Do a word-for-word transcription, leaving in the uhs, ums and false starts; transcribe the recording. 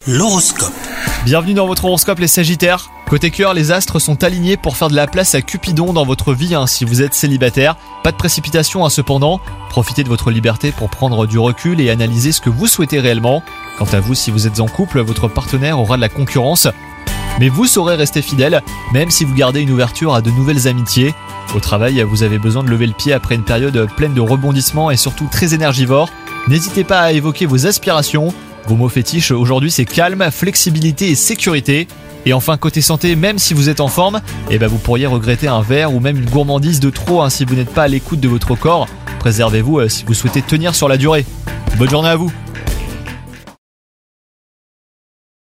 L'horoscope. Bienvenue dans votre horoscope les Sagittaires. Côté cœur, les astres sont alignés pour faire de la place à Cupidon dans votre vie hein, si vous êtes célibataire. Pas de précipitation hein, cependant, profitez de votre liberté pour prendre du recul et analyser ce que vous souhaitez réellement. Quant à vous, si vous êtes en couple, votre partenaire aura de la concurrence. Mais vous saurez rester fidèle, même si vous gardez une ouverture à de nouvelles amitiés. Au travail, vous avez besoin de lever le pied après une période pleine de rebondissements et surtout très énergivore. N'hésitez pas à évoquer vos aspirations. Vos mots fétiches aujourd'hui c'est calme, flexibilité et sécurité. Et enfin côté santé, même si vous êtes en forme, eh ben vous pourriez regretter un verre ou même une gourmandise de trop hein, si vous n'êtes pas à l'écoute de votre corps. Préservez-vous euh, si vous souhaitez tenir sur la durée. Bonne journée à vous.